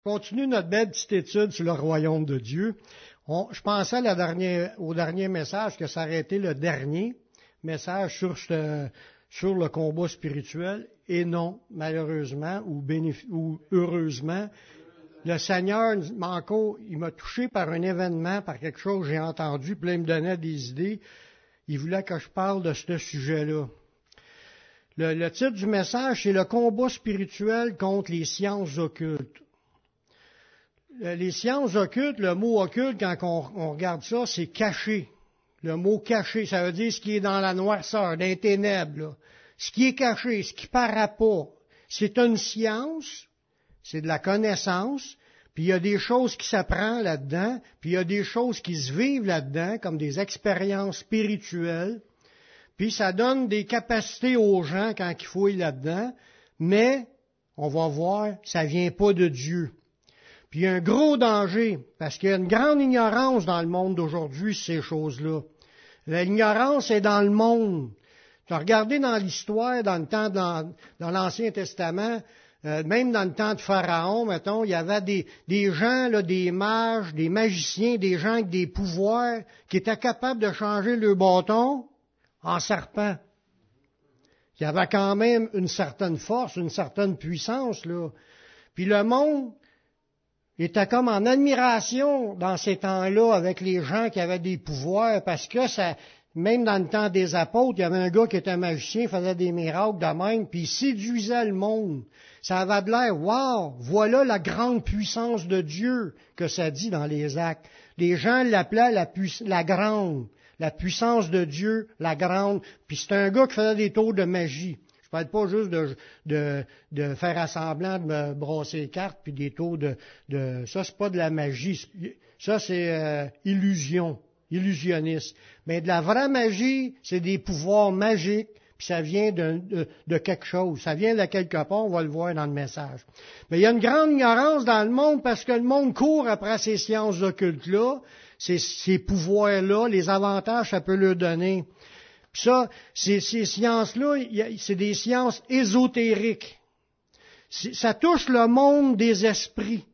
continue notre belle petite étude sur le royaume de Dieu. Je pensais au dernier message que ça aurait été le dernier message sur le combat spirituel. Et non, malheureusement ou heureusement, le Seigneur, il m'a touché par un événement, par quelque chose que j'ai entendu, puis là, il me donnait des idées. Il voulait que je parle de ce sujet-là. Le titre du message, c'est le combat spirituel contre les sciences occultes. Les sciences occultes, le mot occulte, quand on regarde ça, c'est caché. Le mot caché, ça veut dire ce qui est dans la noirceur, dans les ténèbres. Là. Ce qui est caché, ce qui paraît pas. C'est une science, c'est de la connaissance, puis il y a des choses qui s'apprennent là-dedans, puis il y a des choses qui se vivent là-dedans, comme des expériences spirituelles, puis ça donne des capacités aux gens quand ils fouillent là-dedans, mais, on va voir, ça vient pas de Dieu. Puis il y a un gros danger, parce qu'il y a une grande ignorance dans le monde d'aujourd'hui sur ces choses-là. L'ignorance est dans le monde. Tu as regardé dans l'histoire, dans le temps, dans l'Ancien Testament, même dans le temps de Pharaon, mettons, il y avait des gens, là, des mages, des magiciens, des gens avec des pouvoirs qui étaient capables de changer le bâton en serpent. Il y avait quand même une certaine force, une certaine puissance, là. Puis le monde était comme en admiration dans ces temps-là avec les gens qui avaient des pouvoirs, parce que ça, même dans le temps des apôtres, il y avait un gars qui était magicien, faisait des miracles de même, puis il séduisait le monde. Ça avait de l'air, wow, voilà la grande puissance de Dieu que ça dit dans les Actes. Les gens l'appelaient la grande, la puissance de Dieu, la grande. Puis c'est un gars qui faisait des tours de magie. Je parle pas juste de faire assemblant, de me brasser les cartes, puis des tours ça, c'est pas de la magie. Ça, c'est illusionniste. Mais de la vraie magie, c'est des pouvoirs magiques, puis ça vient de quelque chose. Ça vient de quelque part, on va le voir dans le message. Mais il y a une grande ignorance dans le monde parce que le monde court après ces sciences occultes-là, ces pouvoirs-là, les avantages que ça peut leur donner. Puis ça, ces sciences-là, c'est des sciences ésotériques. Ça touche le monde des esprits.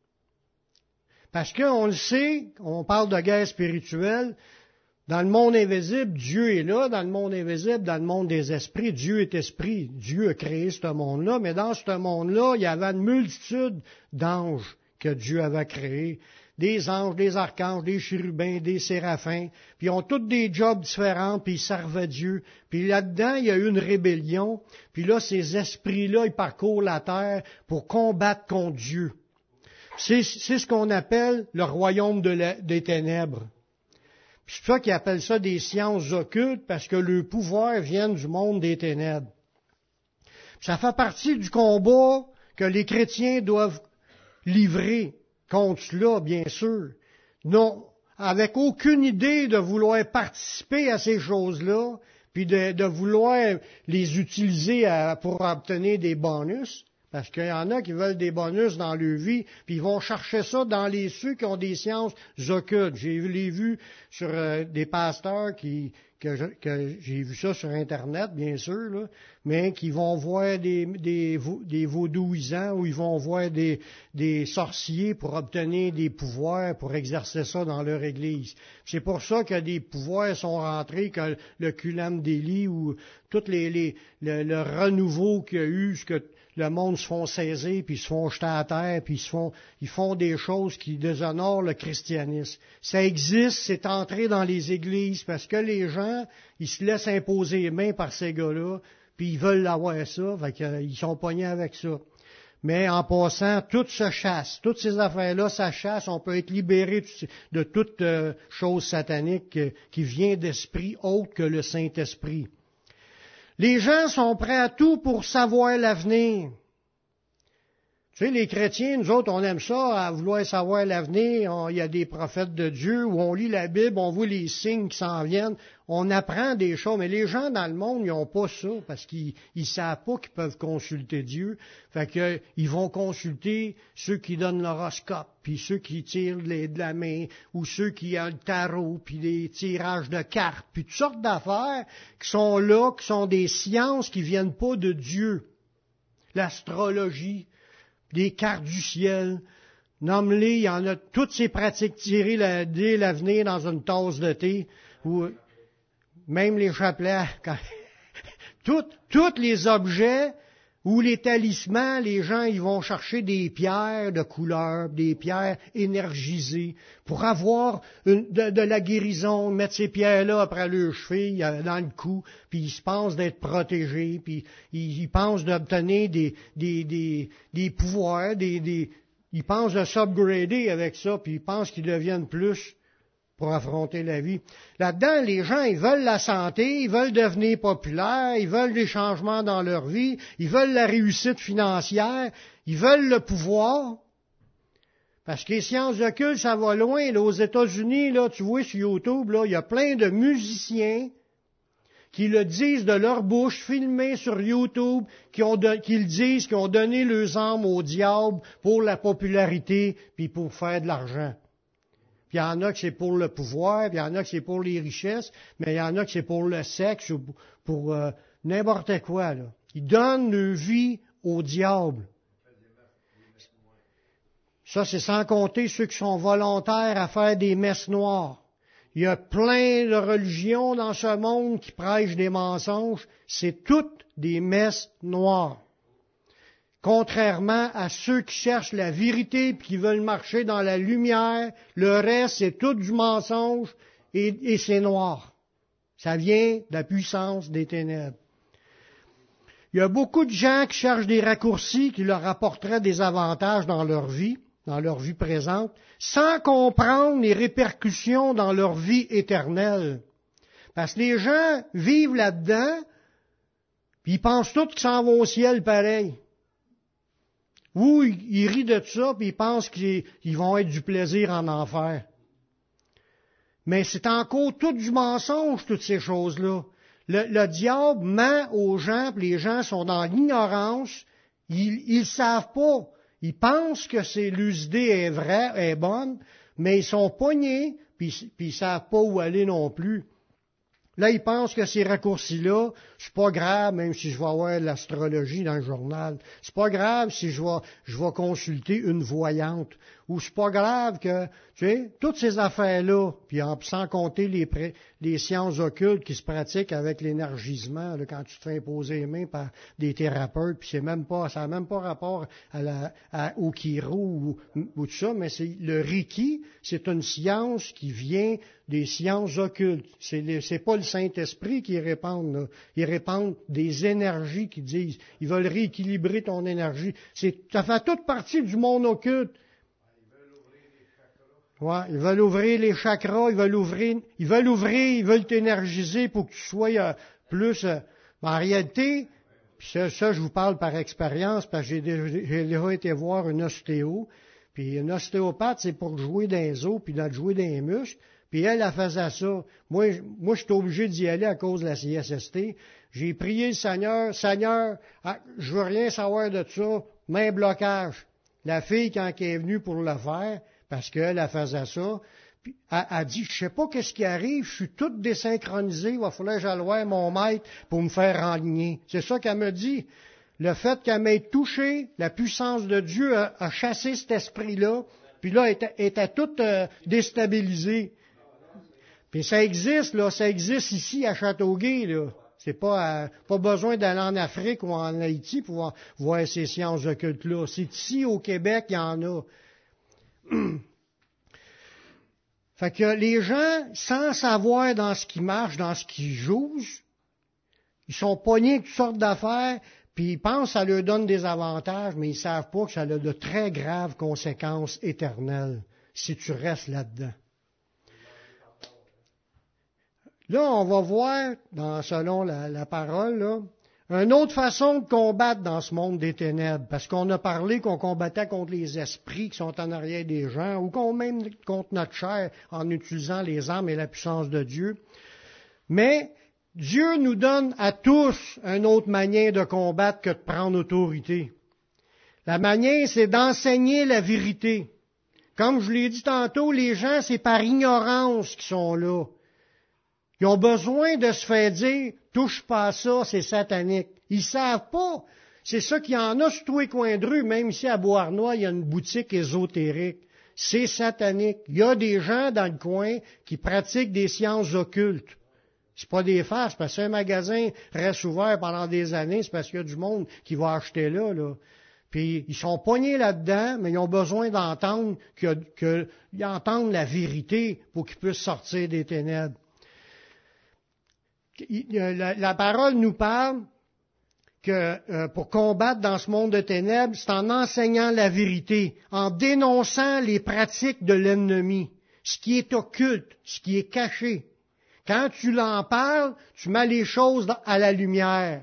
Parce qu'on le sait, on parle de guerre spirituelle, dans le monde invisible, Dieu est là, dans le monde invisible, dans le monde des esprits, Dieu est esprit. Dieu a créé ce monde-là, mais dans ce monde-là, il y avait une multitude d'anges que Dieu avait créés. Des anges, des archanges, des chérubins, des séraphins, puis ils ont tous des jobs différents, puis ils servaient Dieu. Puis là-dedans, il y a eu une rébellion, puis là, ces esprits-là, ils parcourent la terre pour combattre contre Dieu. C'est ce qu'on appelle le royaume des ténèbres. Puis c'est pour ça qu'ils appellent ça des sciences occultes, parce que le pouvoir vient du monde des ténèbres. Puis ça fait partie du combat que les chrétiens doivent livrer contre cela, bien sûr. Non, avec aucune idée de vouloir participer à ces choses-là, puis de vouloir les utiliser pour obtenir des bonus. Parce qu'il y en a qui veulent des bonus dans leur vie, puis ils vont chercher ça dans ceux qui ont des sciences occultes. J'ai vu sur des pasteurs que j'ai vu ça sur Internet, bien sûr, là, mais qui vont voir des vaudouisants ou ils vont voir des sorciers pour obtenir des pouvoirs, pour exercer ça dans leur église. C'est pour ça que des pouvoirs sont rentrés, que le culam d'Élie ou tout le renouveau qu'il y a eu, ce que le monde se font saisir, puis ils se font jeter à terre, puis ils font des choses qui déshonorent le christianisme. Ça existe, c'est entré dans les églises, parce que les gens, ils se laissent imposer les mains par ces gars-là, puis ils veulent avoir ça, fait qu'ils sont pognés avec ça. Mais en passant, tout se chasse. Toutes ces affaires-là, ça chasse. On peut être libéré de toute chose satanique qui vient d'esprit autre que le Saint-Esprit. Les gens sont prêts à tout pour savoir l'avenir. Tu sais, les chrétiens, nous autres, on aime ça, à vouloir savoir l'avenir. Il y a des prophètes de Dieu, où on lit la Bible, on voit les signes qui s'en viennent. On apprend des choses, mais les gens dans le monde, ils n'ont pas ça, parce qu'ils ne savent pas qu'ils peuvent consulter Dieu. Fait que ils vont consulter ceux qui donnent l'horoscope, puis ceux qui tirent de la main, ou ceux qui ont le tarot, puis des tirages de cartes, puis toutes sortes d'affaires qui sont là, qui sont des sciences qui viennent pas de Dieu. L'astrologie, des cartes du ciel, Nomme-les, il y en a toutes ces pratiques tirées dès l'avenir dans une tasse de thé, ou même les chapelets, tous les objets ou les talismans, les gens ils vont chercher des pierres de couleur, des pierres énergisées pour avoir de la guérison, mettre ces pierres-là après leurs chevilles, dans le cou, puis ils se pensent d'être protégés, puis ils pensent d'obtenir des pouvoirs, ils pensent de s'upgrader avec ça, puis ils pensent qu'ils deviennent plus pour affronter la vie. Là-dedans, les gens, ils veulent la santé, ils veulent devenir populaires, ils veulent des changements dans leur vie, ils veulent la réussite financière, ils veulent le pouvoir. Parce que les sciences occultes, ça va loin. Là, aux États-Unis, là, tu vois sur YouTube, là, il y a plein de musiciens qui le disent de leur bouche, filmés sur YouTube, qui le disent, qui ont donné leurs âmes au diable pour la popularité, puis pour faire de l'argent. Puis il y en a que c'est pour le pouvoir, puis il y en a que c'est pour les richesses, mais il y en a que c'est pour le sexe ou pour n'importe quoi. Là. Ils donnent leur vie au diable. Ça, c'est sans compter ceux qui sont volontaires à faire des messes noires. Il y a plein de religions dans ce monde qui prêchent des mensonges. C'est toutes des messes noires. Contrairement à ceux qui cherchent la vérité et qui veulent marcher dans la lumière, le reste, c'est tout du mensonge et c'est noir. Ça vient de la puissance des ténèbres. Il y a beaucoup de gens qui cherchent des raccourcis qui leur apporteraient des avantages dans leur vie présente, sans comprendre les répercussions dans leur vie éternelle. Parce que les gens vivent là-dedans, puis ils pensent tous qu'ils s'en vont au ciel pareil. Ou ils rient de ça, puis ils pensent qu'ils vont être du plaisir en enfer. Mais c'est encore tout du mensonge, toutes ces choses-là. Le diable ment aux gens, puis les gens sont dans l'ignorance, ils ne savent pas. Ils pensent que leur idée est vraie, est bonne, mais ils sont pognés, puis ils ne savent pas où aller non plus. Là, ils pensent que ces raccourcis-là, c'est pas grave, même si je vais avoir de l'astrologie dans le journal. C'est pas grave si je vais consulter une voyante. Ou c'est pas grave que, tu sais, toutes ces affaires-là, puis sans compter les sciences occultes qui se pratiquent avec l'énergisement, là, quand tu te fais imposer les mains par des thérapeutes, puis ça n'a même pas rapport au chiro ou tout ça, mais le Reiki, c'est une science qui vient des sciences occultes. C'est pas le Saint-Esprit qui répand, là. Ils répandent des énergies qui disent, ils veulent rééquilibrer ton énergie. Ça fait toute partie du monde occulte. Ouais, ils veulent ouvrir les chakras, ils veulent t'énergiser pour que tu sois plus. En réalité, puis ça, je vous parle par expérience, parce que j'ai déjà été voir une ostéo, puis une ostéopathe, c'est pour jouer dans les os, puis de jouer dans les muscles. Puis elle faisait ça. Moi, je suis obligé d'y aller à cause de la CSST. J'ai prié le Seigneur, je veux rien savoir de ça, main blocage. La fille, quand elle est venue pour le faire, parce qu'elle faisait ça, puis elle a dit, je sais pas qu'est-ce qui arrive, je suis toute désynchronisée, il va falloir que j'aille voir mon maître pour me faire enligner. C'est ça qu'elle me dit. Le fait qu'elle m'ait touché, la puissance de Dieu a chassé cet esprit-là, puis là, elle était toute déstabilisée. Puis ça existe ici à Châteauguay, là. C'est pas besoin d'aller en Afrique ou en Haïti pour voir ces sciences occultes-là. C'est ici, au Québec, il y en a. Fait que les gens, sans savoir dans ce qui marche, dans ce qui joue, ils sont pognés avec toutes sortes d'affaires, puis ils pensent que ça leur donne des avantages, mais ils ne savent pas que ça a de très graves conséquences éternelles si tu restes là-dedans. Là, on va voir, selon la parole, là, une autre façon de combattre dans ce monde des ténèbres, parce qu'on a parlé qu'on combattait contre les esprits qui sont en arrière des gens, ou même contre notre chair en utilisant les armes et la puissance de Dieu. Mais Dieu nous donne à tous une autre manière de combattre que de prendre autorité. La manière, c'est d'enseigner la vérité. Comme je l'ai dit tantôt, les gens, c'est par ignorance qu'ils sont là. Ils ont besoin de se faire dire, touche pas à ça, c'est satanique. Ils savent pas. C'est ça qu'il y en a sur tous les coins de rue, même ici à Beauharnois, il y a une boutique ésotérique. C'est satanique. Il y a des gens dans le coin qui pratiquent des sciences occultes. C'est pas des farces, parce que si un magasin reste ouvert pendant des années, c'est parce qu'il y a du monde qui va acheter là. Puis ils sont pognés là-dedans, mais ils ont besoin d'entendre qu'ils entendent la vérité pour qu'ils puissent sortir des ténèbres. La parole nous parle que pour combattre dans ce monde de ténèbres, c'est en enseignant la vérité, en dénonçant les pratiques de l'ennemi, ce qui est occulte, ce qui est caché. Quand tu l'en parles, tu mets les choses à la lumière.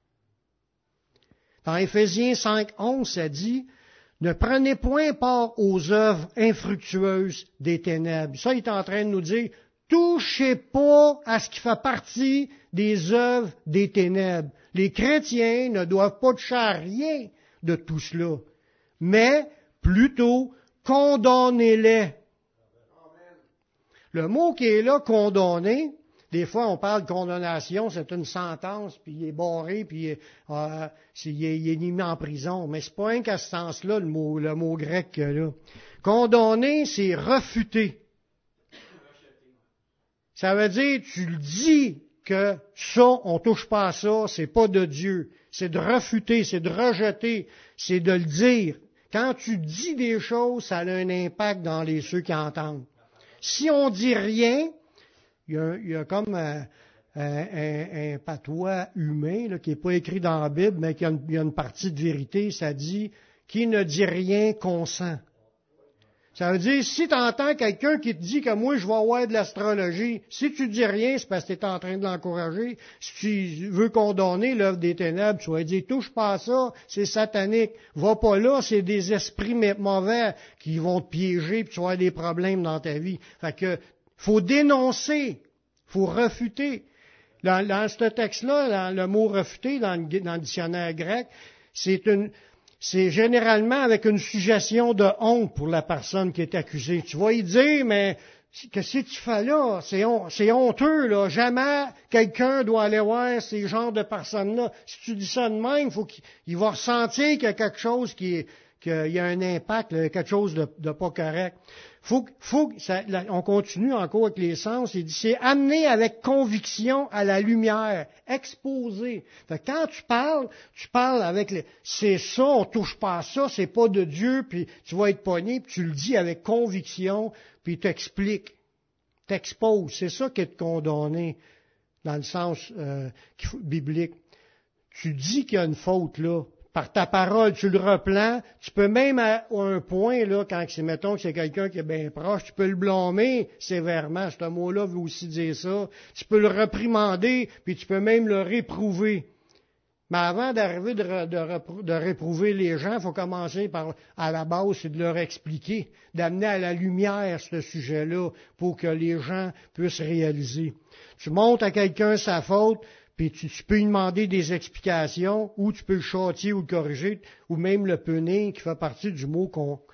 Dans Éphésiens 5:11, ça dit, « Ne prenez point part aux œuvres infructueuses des ténèbres. » Ça, il est en train de nous dire, touchez pas à ce qui fait partie des œuvres des ténèbres. Les chrétiens ne doivent pas toucher à rien de tout cela, mais plutôt condamnez-les. Le mot qui est là, condamner, des fois on parle de condamnation, c'est une sentence, puis il est barré, puis il est mis en prison. Mais c'est pas un qu'à ce sens-là, le mot grec là. Condamner, c'est refuter. Ça veut dire, tu le dis que ça, on touche pas à ça, c'est pas de Dieu. C'est de refuter, c'est de rejeter, c'est de le dire. Quand tu dis des choses, ça a un impact dans ceux qui entendent. Si on dit rien, il y a comme un patois humain là, qui n'est pas écrit dans la Bible, mais qui a une partie de vérité. Ça dit « Qui ne dit rien consent ». Ça veut dire, si tu entends quelqu'un qui te dit que moi, je vais avoir de l'astrologie, si tu dis rien, c'est parce que tu es en train de l'encourager. Si tu veux condamner l'œuvre des ténèbres, tu vas dire, touche pas à ça, c'est satanique. Va pas là, c'est des esprits mauvais qui vont te piéger, puis tu vas avoir des problèmes dans ta vie. Fait que, faut dénoncer, faut refuter. Dans ce texte-là, le mot refuter, dans le dictionnaire grec, c'est généralement avec une suggestion de honte pour la personne qui est accusée. Tu vas y dire, mais qu'est-ce que tu fais là? C'est honteux, là. Jamais quelqu'un doit aller voir ces genres de personnes-là. Si tu dis ça de même, faut qu'il va ressentir qu'il y a quelque chose qu'il y a un impact, quelque chose de pas correct. On continue encore avec les sens. Il dit, c'est amené avec conviction à la lumière, exposé. Fait que quand tu parles avec c'est ça, on touche pas à ça, c'est pas de Dieu, puis tu vas être pogné, puis tu le dis avec conviction, puis t'expliques, t'exposes. C'est ça qui est de condamné dans le sens biblique. Tu dis qu'il y a une faute là. Par ta parole, tu le replans. Tu peux même à un point, là, mettons que c'est quelqu'un qui est bien proche, tu peux le blâmer sévèrement. Ce mot-là veut aussi dire ça. Tu peux le réprimander, puis tu peux même le réprouver. Mais avant d'arriver de réprouver les gens, il faut commencer à la base, c'est de leur expliquer, d'amener à la lumière ce sujet-là pour que les gens puissent réaliser. Tu montres à quelqu'un sa faute, puis tu peux lui demander des explications, ou tu peux le châtier ou le corriger, ou même le punir, qui fait partie du mot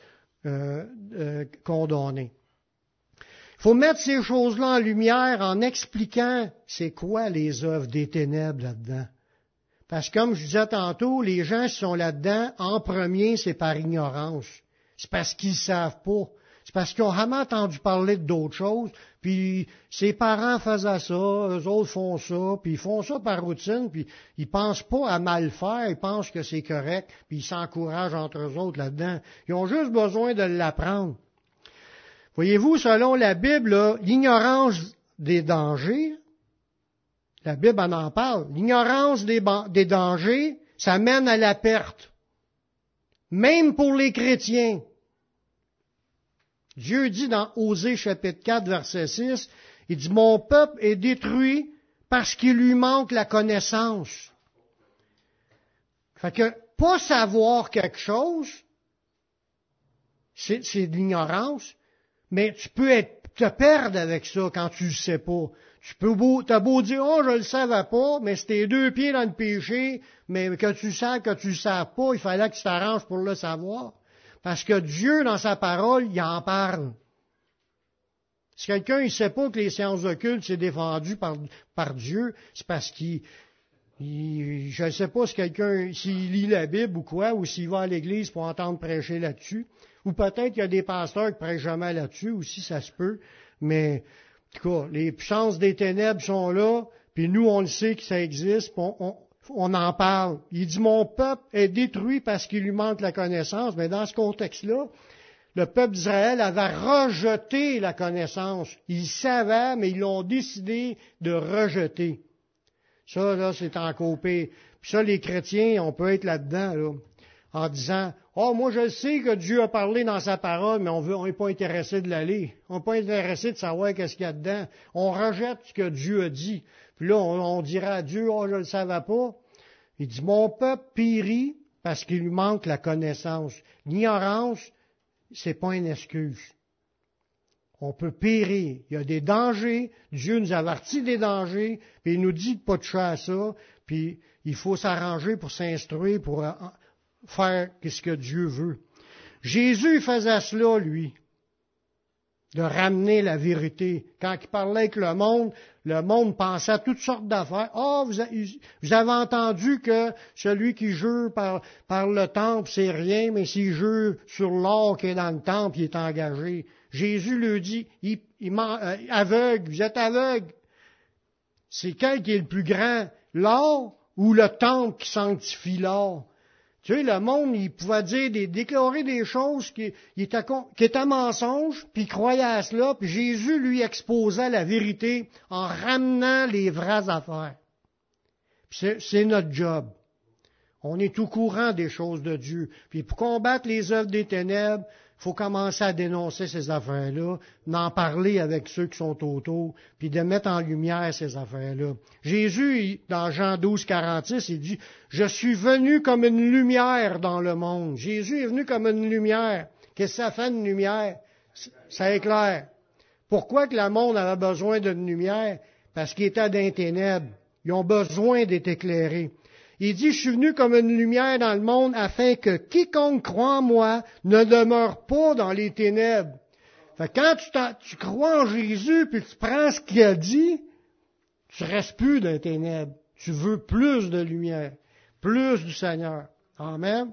condamner. Il faut mettre ces choses-là en lumière en expliquant c'est quoi les œuvres des ténèbres là-dedans. Parce que comme je disais tantôt, les gens qui sont là-dedans, en premier, c'est par ignorance. C'est parce qu'ils ne savent pas. C'est parce qu'ils ont vraiment entendu parler d'autres choses, puis ses parents faisaient ça, eux autres font ça, puis ils font ça par routine, puis ils pensent pas à mal faire, ils pensent que c'est correct, puis ils s'encouragent entre eux autres là-dedans. Ils ont juste besoin de l'apprendre. Voyez-vous, selon la Bible, là, l'ignorance des dangers, la Bible en parle, l'ignorance des dangers, ça mène à la perte. Même pour les chrétiens. Dieu dit dans Osée chapitre 4, verset 6, il dit, « Mon peuple est détruit parce qu'il lui manque la connaissance. » Fait que, pas savoir quelque chose, c'est de l'ignorance, mais tu peux te perdre avec ça quand tu le sais pas. T'as beau dire, oh, je le savais pas, mais c'est tes 2 pieds dans le péché, mais que tu saves pas, il fallait que tu t'arranges pour le savoir. Parce que Dieu, dans sa parole, il en parle. Si quelqu'un ne sait pas que les sciences occultes, c'est défendu par Dieu, c'est parce qu'il Je ne sais pas si quelqu'un, s'il lit la Bible ou quoi, ou s'il va à l'église pour entendre prêcher là-dessus. Ou peut-être qu'il y a des pasteurs qui prêchent jamais là-dessus aussi, ça se peut. Mais, en tout cas, les puissances des ténèbres sont là, puis nous, on le sait que ça existe, puis on en parle. Il dit, mon peuple est détruit parce qu'il lui manque la connaissance. Mais dans ce contexte-là, le peuple d'Israël avait rejeté la connaissance. Ils savaient, mais ils l'ont décidé de rejeter. Ça, là, c'est encore pire. Puis ça, les chrétiens, on peut être là-dedans, là, en disant, oh, moi, je sais que Dieu a parlé dans sa parole, mais on n'est pas intéressé de l'aller. On n'est pas intéressé de savoir qu'est-ce qu'il y a dedans. On rejette ce que Dieu a dit. Puis là, on dira à Dieu, oh, je ne le savais pas. Il dit, mon peuple périt parce qu'il lui manque la connaissance. L'ignorance, c'est pas une excuse. On peut périr. Il y a des dangers. Dieu nous avertit des dangers, puis il nous dit de pas toucher à ça, puis il faut s'arranger pour s'instruire, pour faire ce que Dieu veut. Jésus faisait cela, lui, de ramener la vérité. Quand il parlait avec le monde pensait à toutes sortes d'affaires. Oh, vous avez entendu que celui qui jure par le temple, c'est rien, mais s'il jure sur l'or qui est dans le temple, il est engagé. Jésus lui dit, aveugle, vous êtes aveugle. C'est quel qui est le plus grand, l'or ou le temple qui sanctifie l'or? Tu sais, le monde, il pouvait déclarer des choses qui étaient mensonges, puis il croyait à cela, puis Jésus lui exposait la vérité en ramenant les vraies affaires. C'est notre job. On est au courant des choses de Dieu. Puis pour combattre les œuvres des ténèbres, il faut commencer à dénoncer ces affaires-là, d'en parler avec ceux qui sont autour, puis de mettre en lumière ces affaires-là. Jésus, dans Jean 12, 46, il dit, « Je suis venu comme une lumière dans le monde. » Jésus est venu comme une lumière. Qu'est-ce que ça fait une lumière? Ça éclaire. Pourquoi que le monde avait besoin d'une lumière? Parce qu'il était dans les ténèbres. Ils ont besoin d'être éclairés. Il dit, je suis venu comme une lumière dans le monde afin que quiconque croit en moi ne demeure pas dans les ténèbres. Fait que quand tu crois en Jésus puis tu prends ce qu'il a dit, tu restes plus dans les ténèbres. Tu veux plus de lumière, plus du Seigneur. Amen.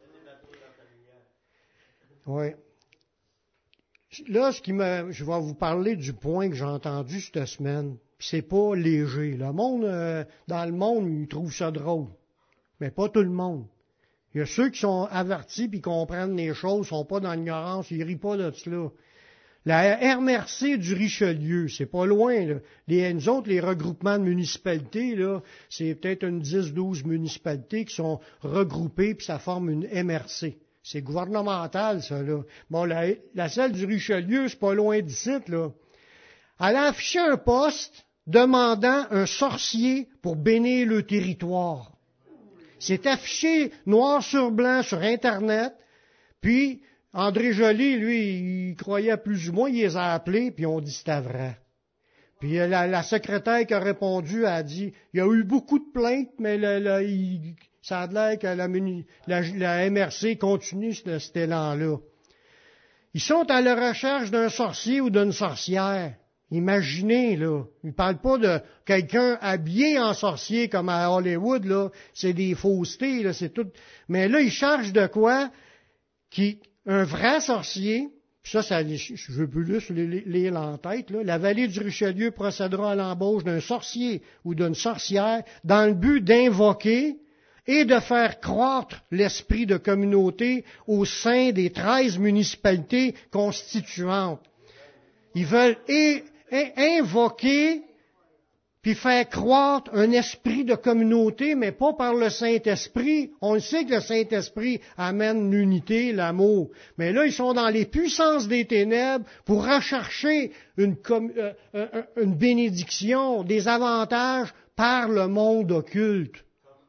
Oui. Là, je vais vous parler du point que j'ai entendu cette semaine. C'est pas léger. Le monde, dans le monde, ils trouvent ça drôle. Mais pas tout le monde. Il y a ceux qui sont avertis puis comprennent les choses, sont pas dans l'ignorance, ils rient pas de cela. La RMRC du Richelieu, c'est pas loin, là. Nous autres, les regroupements de municipalités, là, c'est peut-être une 10-12 municipalités qui sont regroupées puis ça forme une MRC. C'est gouvernemental, ça, là. Bon, la celle du Richelieu, c'est pas loin d'ici, là. Elle a affiché un poste demandant un sorcier pour bénir le territoire. C'est affiché noir sur blanc sur Internet. Puis, André Joly, lui, il croyait plus ou moins, il les a appelés, puis on dit c'était vrai. Puis la secrétaire qui a répondu a dit, il y a eu beaucoup de plaintes, mais ça a l'air que la MRC continue cet élan-là. Ils sont à la recherche d'un sorcier ou d'une sorcière. Imaginez, là. Il ne parle pas de quelqu'un habillé en sorcier comme à Hollywood, là. C'est des faussetés, là. C'est tout. Mais là, ils cherchent de quoi? Un vrai sorcier. Ça, je veux plus juste lire en tête, là. La vallée du Richelieu procédera à l'embauche d'un sorcier ou d'une sorcière dans le but d'invoquer et de faire croître l'esprit de communauté au sein des 13 municipalités constituantes. Ils veulent invoquer puis faire croître un esprit de communauté, mais pas par le Saint-Esprit. On le sait que le Saint-Esprit amène l'unité, l'amour. Mais là, ils sont dans les puissances des ténèbres pour rechercher une bénédiction, des avantages par le monde occulte.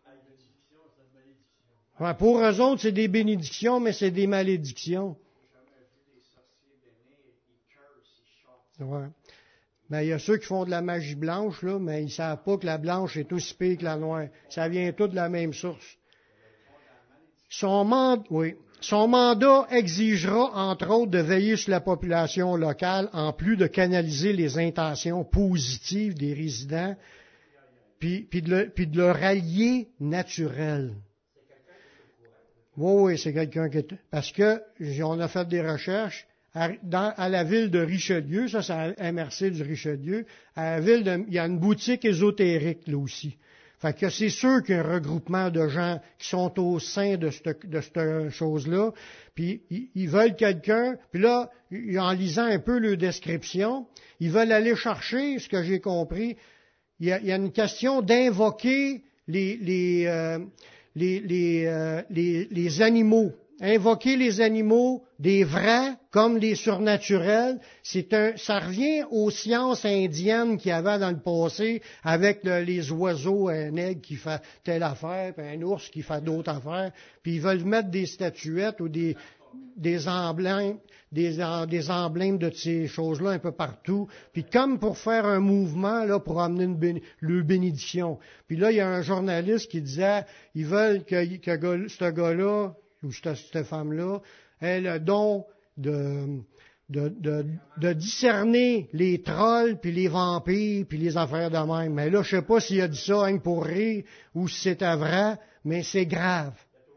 Ouais, pour eux autres, c'est des bénédictions, mais c'est des malédictions. Ouais. Ben, il y a ceux qui font de la magie blanche, là, mais ils ne savent pas que la blanche est aussi pire que la noire. Ça vient tout de la même source. Son mandat exigera, entre autres, de veiller sur la population locale, en plus de canaliser les intentions positives des résidents puis de le rallier naturel. Oui, c'est quelqu'un qui est... Parce que on a fait des recherches à la ville de Richelieu, ça c'est à MRC du Richelieu, il y a une boutique ésotérique là aussi. Fait que c'est sûr qu'il y a un regroupement de gens qui sont au sein de cette chose-là, puis ils veulent quelqu'un, puis là, en lisant un peu leur description, ils veulent aller chercher, ce que j'ai compris, il y a une question d'invoquer les animaux. Invoquer les animaux, des vrais comme les surnaturels, ça revient aux sciences indiennes qu'il y avait dans le passé avec les oiseaux, un aigle qui fait telle affaire, puis un ours qui fait d'autres affaires, puis ils veulent mettre des statuettes ou des emblèmes, des emblèmes de ces choses-là un peu partout, puis comme pour faire un mouvement là pour amener le bénédiction. Puis là, il y a un journaliste qui disait, ils veulent que ce gars-là ou cette femme-là ait le don de discerner les trolls, puis les vampires, puis les affaires de même. Mais là, je sais pas s'il a dit ça hein, pour rire ou si c'était vrai, mais c'est grave.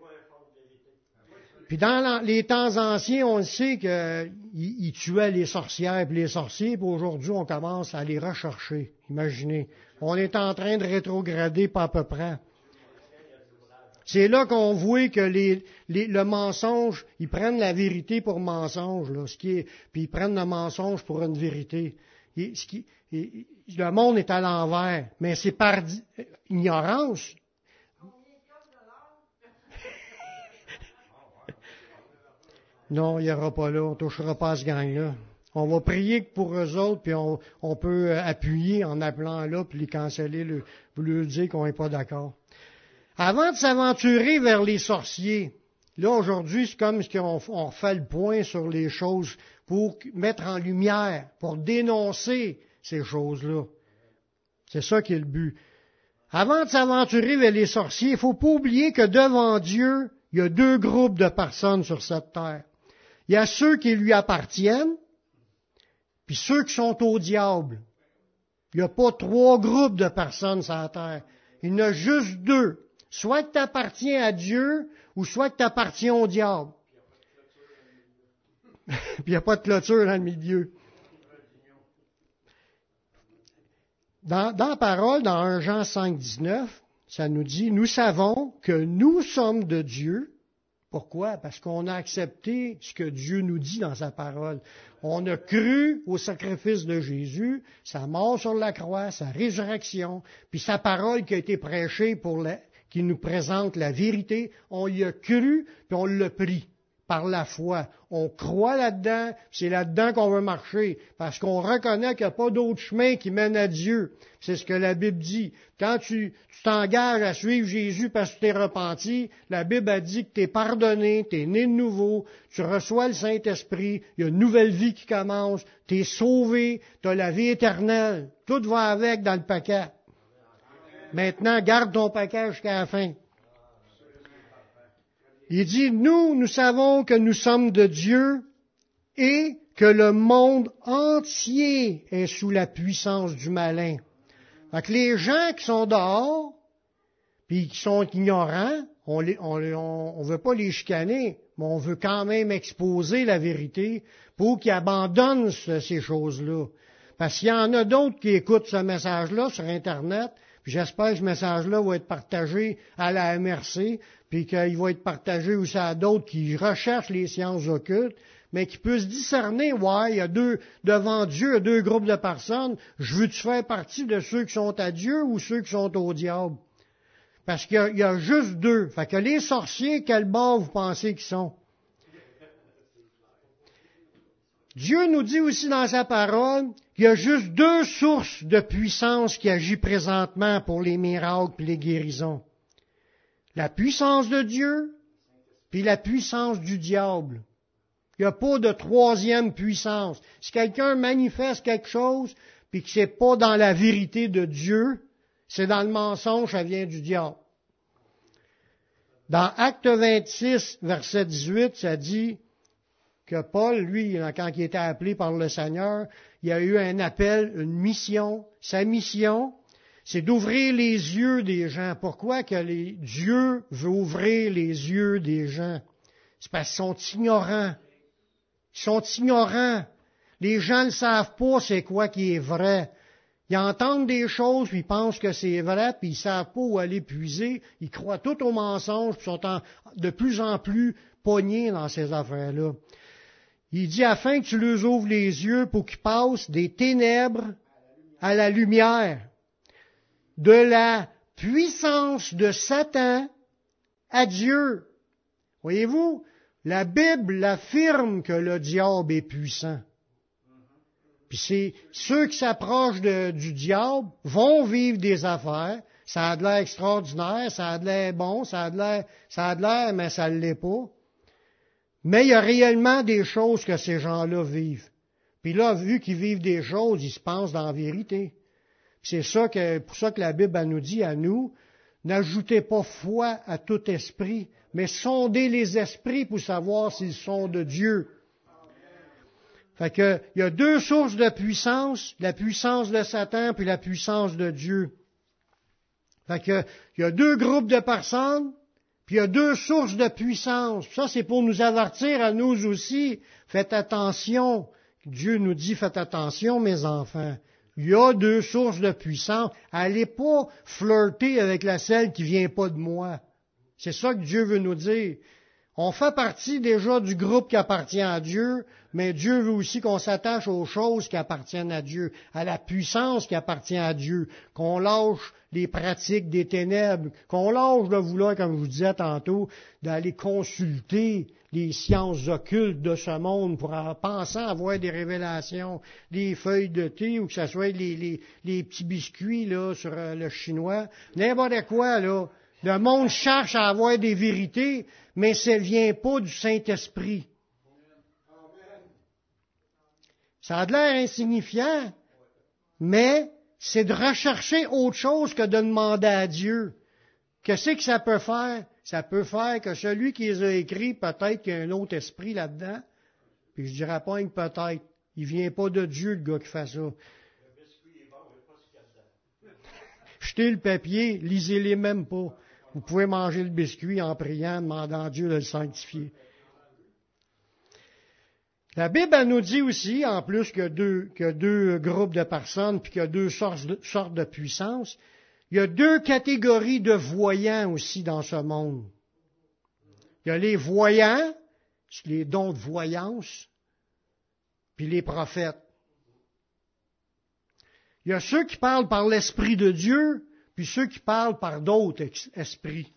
Puis dans les temps anciens, on sait qu'ils tuaient les sorcières et les sorciers, puis aujourd'hui, on commence à les rechercher. Imaginez. On est en train de rétrograder pas à peu près. C'est là qu'on voit que le mensonge, ils prennent la vérité pour mensonge, là, puis ils prennent le mensonge pour une vérité. Le monde est à l'envers, mais c'est par ignorance. Non, il n'y aura pas là, on ne touchera pas à ce gang-là. On va prier pour eux autres, puis on peut appuyer en appelant là, puis les canceller, vous leur dire qu'on n'est pas d'accord. Avant de s'aventurer vers les sorciers, là aujourd'hui, c'est comme si on fait le point sur les choses pour mettre en lumière, pour dénoncer ces choses-là. C'est ça qui est le but. Avant de s'aventurer vers les sorciers, il ne faut pas oublier que devant Dieu, il y a deux groupes de personnes sur cette terre. Il y a ceux qui lui appartiennent, puis ceux qui sont au diable. Il n'y a pas trois groupes de personnes sur la terre. Il y en a juste deux. Soit que tu appartiens à Dieu, ou soit que tu appartiens au diable. Puis il n'y a pas de clôture dans le milieu. Dans la parole, dans 1 Jean 5, 19, ça nous dit, nous savons que nous sommes de Dieu. Pourquoi? Parce qu'on a accepté ce que Dieu nous dit dans sa parole. On a cru au sacrifice de Jésus, sa mort sur la croix, sa résurrection, puis sa parole qui a été prêchée qui nous présente la vérité. On y a cru, puis on l'a pris par la foi. On croit là-dedans, c'est là-dedans qu'on veut marcher, parce qu'on reconnaît qu'il n'y a pas d'autre chemin qui mène à Dieu. C'est ce que la Bible dit. Quand tu t'engages à suivre Jésus parce que tu t'es repenti, la Bible a dit que tu es pardonné, tu es né de nouveau, tu reçois le Saint-Esprit, il y a une nouvelle vie qui commence, tu es sauvé, tu as la vie éternelle. Tout va avec dans le paquet. Maintenant, garde ton paquet jusqu'à la fin. Il dit, nous savons que nous sommes de Dieu et que le monde entier est sous la puissance du malin. Fait que les gens qui sont dehors, puis qui sont ignorants, on veut pas les chicaner, mais on veut quand même exposer la vérité pour qu'ils abandonnent ces choses-là. Parce qu'il y en a d'autres qui écoutent ce message-là sur Internet, puis j'espère que ce message-là va être partagé à la MRC, puis qu'il va être partagé aussi à d'autres qui recherchent les sciences occultes, mais qui peuvent se discerner, il y a devant Dieu, il y a deux groupes de personnes, je veux-tu faire partie de ceux qui sont à Dieu ou ceux qui sont au diable? Parce qu'il y a juste deux. Fait que les sorciers, quel bord vous pensez qu'ils sont? Dieu nous dit aussi dans sa parole qu'il y a juste deux sources de puissance qui agissent présentement pour les miracles et les guérisons. La puissance de Dieu, puis la puissance du diable. Il n'y a pas de troisième puissance. Si quelqu'un manifeste quelque chose, puis que c'est pas dans la vérité de Dieu, c'est dans le mensonge, ça vient du diable. Dans Acte 26, verset 18, ça dit que Paul, lui, quand il était appelé par le Seigneur, il a eu un appel, une mission. Sa mission, c'est d'ouvrir les yeux des gens. Pourquoi que Dieu veut ouvrir les yeux des gens? C'est parce qu'ils sont ignorants. Ils sont ignorants. Les gens ne savent pas c'est quoi qui est vrai. Ils entendent des choses, puis ils pensent que c'est vrai, puis ils ne savent pas où aller puiser. Ils croient tout au mensonge, puis sont de plus en plus pognés dans ces affaires-là. Il dit, afin que tu leur ouvres les yeux pour qu'ils passent des ténèbres à la lumière, de la puissance de Satan à Dieu. Voyez-vous, la Bible affirme que le diable est puissant. Puis c'est ceux qui s'approchent du diable vont vivre des affaires. Ça a de l'air extraordinaire, ça a de l'air bon, ça a de l'air, mais ça ne l'est pas. Mais il y a réellement des choses que ces gens-là vivent. Puis là, vu qu'ils vivent des choses, ils se pensent dans la vérité. C'est pour ça que la Bible elle nous dit à nous, n'ajoutez pas foi à tout esprit, mais sondez les esprits pour savoir s'ils sont de Dieu. Fait que, il y a deux sources de puissance, la puissance de Satan puis la puissance de Dieu. Fait que, il y a deux groupes de personnes, puis il y a deux sources de puissance. Ça, c'est pour nous avertir à nous aussi. Faites attention. Dieu nous dit, faites attention, mes enfants. Il y a deux sources de puissance. Allez pas flirter avec celle qui vient pas de moi. C'est ça que Dieu veut nous dire. On fait partie déjà du groupe qui appartient à Dieu, mais Dieu veut aussi qu'on s'attache aux choses qui appartiennent à Dieu, à la puissance qui appartient à Dieu, qu'on lâche les pratiques des ténèbres, qu'on lâche de vouloir, comme je vous disais tantôt, d'aller consulter les sciences occultes de ce monde pour pensant avoir des révélations, des feuilles de thé ou que ce soit les petits biscuits là sur le chinois, n'importe quoi là. Le monde cherche à avoir des vérités, mais ça ne vient pas du Saint-Esprit. Ça a de l'air insignifiant, mais c'est de rechercher autre chose que de demander à Dieu. Qu'est-ce que ça peut faire? Ça peut faire que celui qui les a écrits, peut-être qu'il y a un autre esprit là-dedans. Puis je dirais pas que peut-être. Il vient pas de Dieu, le gars qui fait ça. Jetez le papier, lisez-les même pas. Vous pouvez manger le biscuit en priant, demandant à Dieu de le sanctifier. La Bible elle nous dit aussi, en plus qu'il y a deux groupes de personnes, puis qu'il y a deux sortes de puissance, il y a deux catégories de voyants aussi dans ce monde. Il y a les voyants, les dons de voyance, puis les prophètes. Il y a ceux qui parlent par l'Esprit de Dieu, puis ceux qui parlent par d'autres esprits.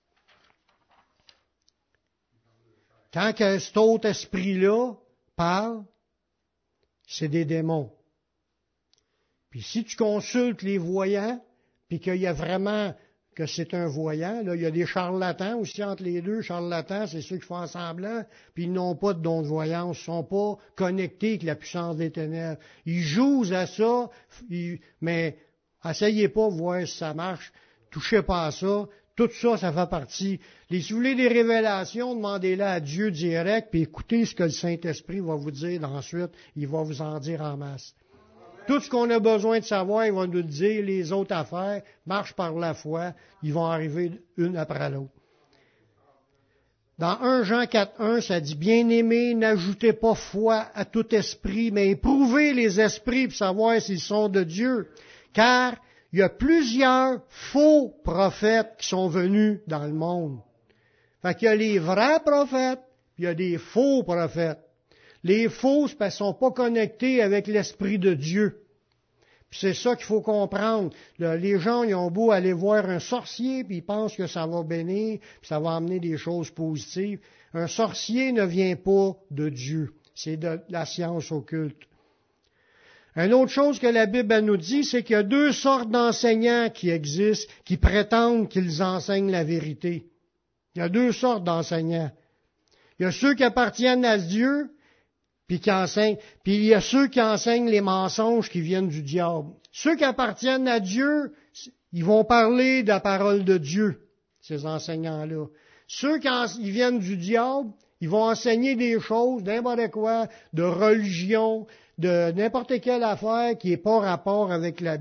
Quand cet autre esprit-là parle, c'est des démons. Puis si tu consultes les voyants, puis qu'il y a vraiment que c'est un voyant, là, il y a des charlatans aussi entre les deux. Charlatans, c'est ceux qui font semblant, puis ils n'ont pas de don de voyance, ils ne sont pas connectés avec la puissance des ténèbres. Ils jouent à ça, mais essayez pas de voir si ça marche, touchez pas à ça. Tout ça, ça fait partie. Si vous voulez des révélations, demandez-les à Dieu direct, puis écoutez ce que le Saint-Esprit va vous dire ensuite. Il va vous en dire en masse. Tout ce qu'on a besoin de savoir, il va nous le dire. Les autres affaires marchent par la foi. Ils vont arriver une après l'autre. Dans 1 Jean 4.1, ça dit, « Bien-aimés, n'ajoutez pas foi à tout esprit, mais éprouvez les esprits pour savoir s'ils sont de Dieu. Car il y a plusieurs faux prophètes qui sont venus dans le monde. » Fait qu'il y a les vrais prophètes, puis il y a des faux prophètes. Les faux, c'est parce qu'ils ne sont pas connectés avec l'Esprit de Dieu. Puis c'est ça qu'il faut comprendre. Les gens, ils ont beau aller voir un sorcier, puis ils pensent que ça va bénir, puis ça va amener des choses positives. Un sorcier ne vient pas de Dieu. C'est de la science occulte. Une autre chose que la Bible nous dit, c'est qu'il y a deux sortes d'enseignants qui existent, qui prétendent qu'ils enseignent la vérité. Il y a deux sortes d'enseignants. Il y a ceux qui appartiennent à Dieu, puis qui enseignent. Puis il y a ceux qui enseignent les mensonges qui viennent du diable. Ceux qui appartiennent à Dieu, ils vont parler de la parole de Dieu, ces enseignants-là. Ceux qui viennent du diable, ils vont enseigner des choses, n'importe quoi, de religion, de n'importe quelle affaire qui n'est pas rapport avec la Bible,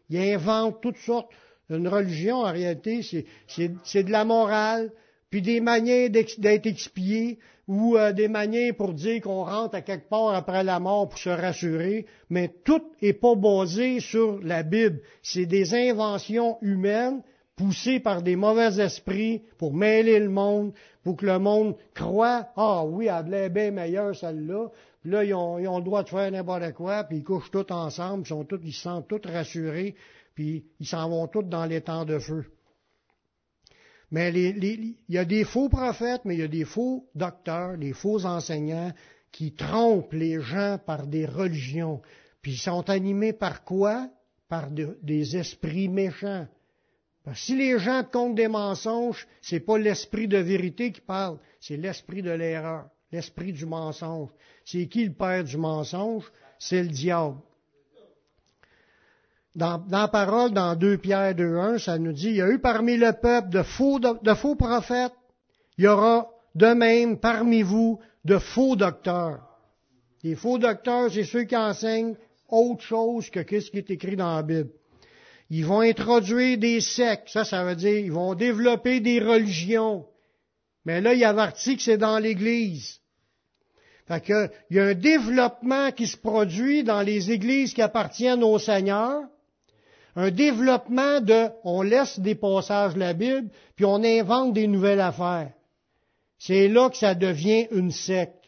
Ils inventent toutes sortes. Une religion, en réalité, c'est de la morale, puis des manières d'être expié, ou des manières pour dire qu'on rentre à quelque part après la mort pour se rassurer, mais tout n'est pas basé sur la Bible. C'est des inventions humaines poussées par des mauvais esprits pour mêler le monde, pour que le monde croit, ah oui, elle est bien meilleure celle-là. Puis là, ils ont le droit de faire n'importe quoi, puis ils couchent tous ensemble, ils se sentent tous rassurés, puis ils s'en vont tous dans les temps de feu. Mais il y a des faux prophètes, mais il y a des faux docteurs, des faux enseignants qui trompent les gens par des religions. Puis ils sont animés par quoi? Par des esprits méchants. Parce que si les gens te content des mensonges, c'est pas l'esprit de vérité qui parle, c'est l'esprit de l'erreur, l'esprit du mensonge. C'est qui le père du mensonge? C'est le diable. Dans la parole, dans 2 Pierre 2.1, ça nous dit, il y a eu parmi le peuple de faux prophètes, il y aura de même parmi vous de faux docteurs. Les faux docteurs, c'est ceux qui enseignent autre chose que ce qui est écrit dans la Bible. Ils vont introduire des sectes, ça veut dire, ils vont développer des religions. Mais là, il avertit que c'est dans l'Église. Fait que, il y a un développement qui se produit dans les églises qui appartiennent au Seigneur. Un développement on laisse des passages de la Bible, puis on invente des nouvelles affaires. C'est là que ça devient une secte.